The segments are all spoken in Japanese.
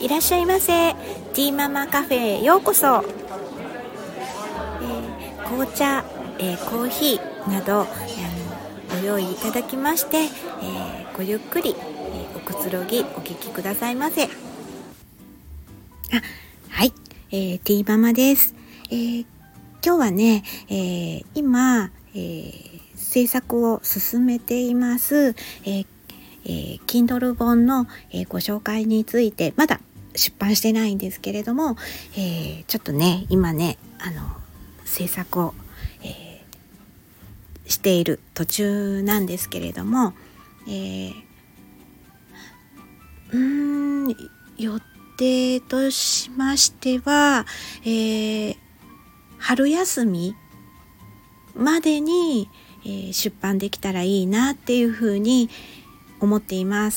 いらっしゃいませ。ティーママカフェへようこそ。紅茶、コーヒーなどご用意いただきまして、ごゆっくり、おくつろぎお聞きくださいませ。はい、ティーママです。今日はね、今、制作を進めています、Kindle 本の、ご紹介についてまだ出版してないんですけれども、ちょっとね今ね制作を、している途中なんですけれども、予定としましては、春休みまでに、出版できたらいいなっていうふうに思っています。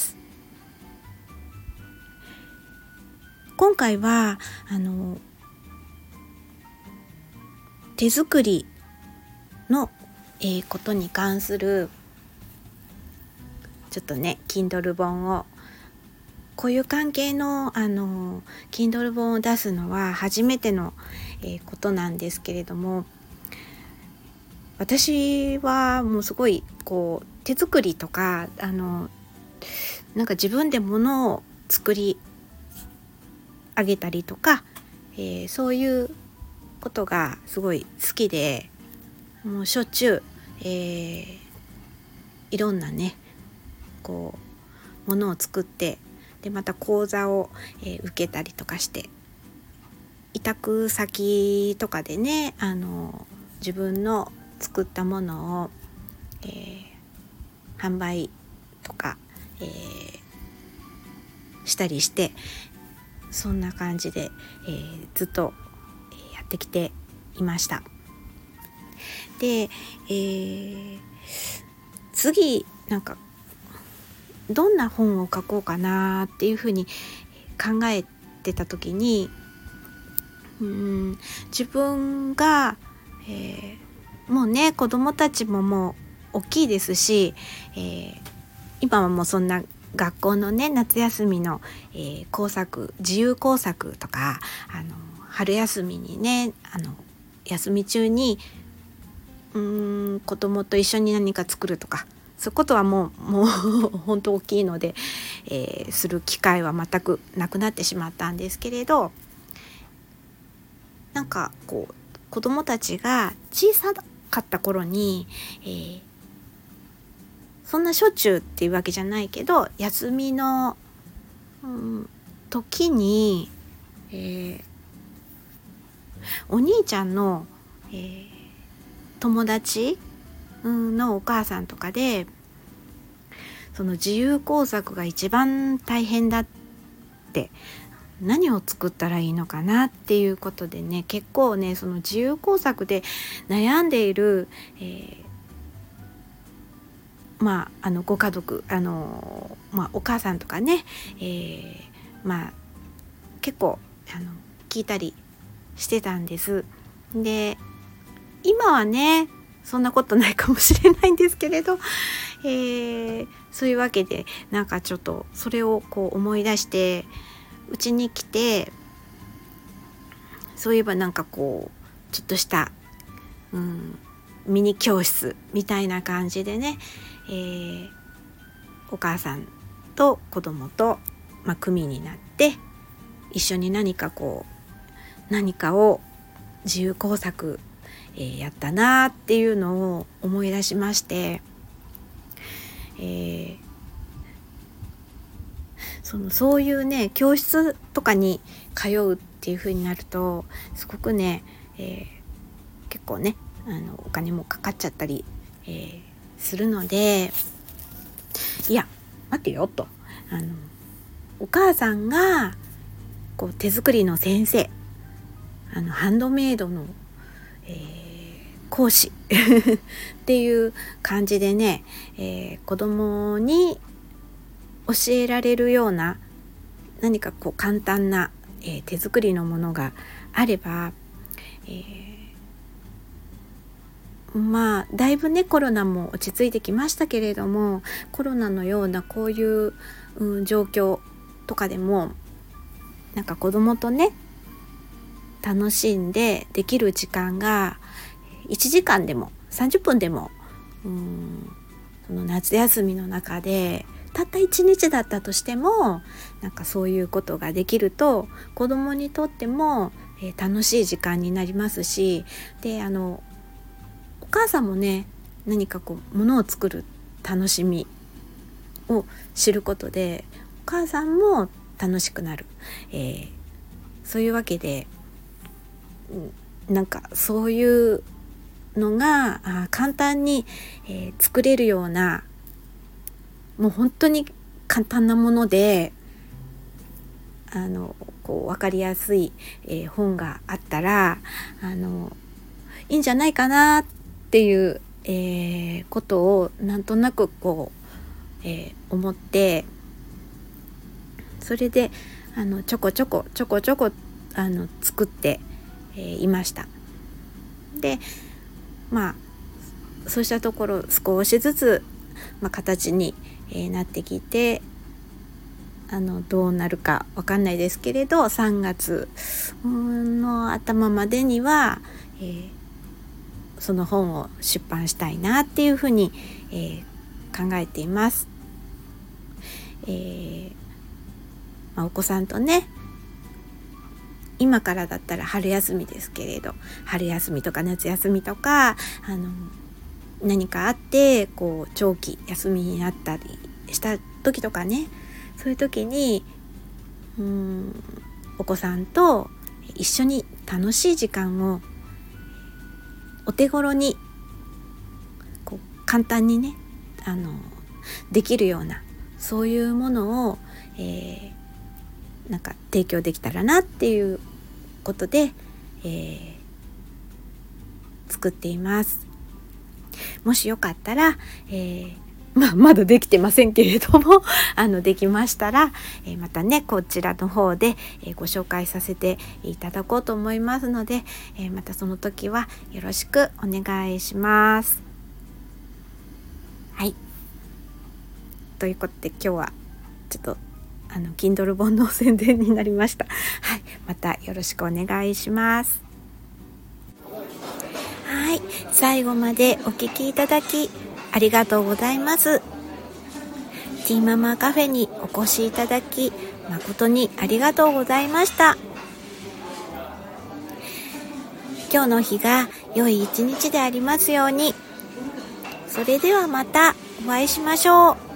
今回は手作りの、ことに関するちょっとね Kindle 本をこういう関係のKindle 本を出すのは初めての、ことなんですけれども、私はもうすごいこう手作りとかなんか自分で物を作り上げたりとか、そういうことがすごい好きで、もうしょっちゅう、いろんなねこう物を作って、でまた講座を、受けたりとかして、委託先とかでね自分の作ったものを、販売とか、したりして、そんな感じで、ずっとやってきていました。で、次なんかどんな本を書こうかなっていうふうに考えてた時に、自分が、もうね子供たちももう大きいですし、今はもうそんな学校のね夏休みの、工作自由工作とか春休みにね休み中に子供と一緒に何か作るとか、そういうことはもう本当大きいので、する機会は全くなくなってしまったんですけれど、なんかこう子供たちが小さかった頃に、そんなしょっちゅうっていうわけじゃないけど休みの、時に、お兄ちゃんの、友達のお母さんとかで、その自由工作が一番大変だって、何を作ったらいいのかなっていうことでね、結構ねその自由工作で悩んでいる、ご家族お母さんとかね、結構聞いたりしてたんです。で今はねそんなことないかもしれないんですけれど、そういうわけでなんかちょっとそれをこう思い出してうちに来て、そういえばなんかこうちょっとした、ミニ教室みたいな感じでね、お母さんと子供と、組になって一緒に何かを自由工作、やったなっていうのを思い出しまして、そういうね教室とかに通うっていう風になるとすごくね、結構ねお金もかかっちゃったり、するので、いや待てよと、お母さんがこう手作りの先生、ハンドメイドの、講師っていう感じでね、子供に教えられるような何かこう簡単な、手作りのものがあれば、だいぶねコロナも落ち着いてきましたけれども、コロナのようなこういう、状況とかでもなんか子供とね楽しんでできる時間が1時間でも30分でもその夏休みの中でたった1日だったとしてもなんかそういうことができると子供にとっても、楽しい時間になりますし、でお母さんもね何かこう物を作る楽しみを知ることでお母さんも楽しくなる、そういうわけでなんかそういうのが簡単に、作れるようなもう本当に簡単なものでこう分かりやすい、本があったらいいんじゃないかなっていう、ことをなんとなくこう、思ってそれでちょこちょこ作っていました。でそうしたところ少しずつ、形に、なってきてどうなるかわかんないですけれど3月の頭までには、その本を出版したいなっていうふうに、考えています。お子さんとね今からだったら春休みですけれど春休みとか夏休みとか何かあってこう長期休みになったりした時とかねそういう時にお子さんと一緒に楽しい時間をお手頃にこう簡単にねできるようなそういうものを、なんか提供できたらなっていうことで、作っています。もしよかったら、まだできてませんけれどもできましたら、またねこちらの方で、ご紹介させていただこうと思いますので、またその時はよろしくお願いします。はい、ということで今日はちょっとKindle 本の宣伝になりました。はい、またよろしくお願いします。はい、最後までお聞きいただきありがとうございます。ティーママカフェにお越しいただき誠にありがとうございました。今日の日が良い一日でありますように。それではまたお会いしましょう。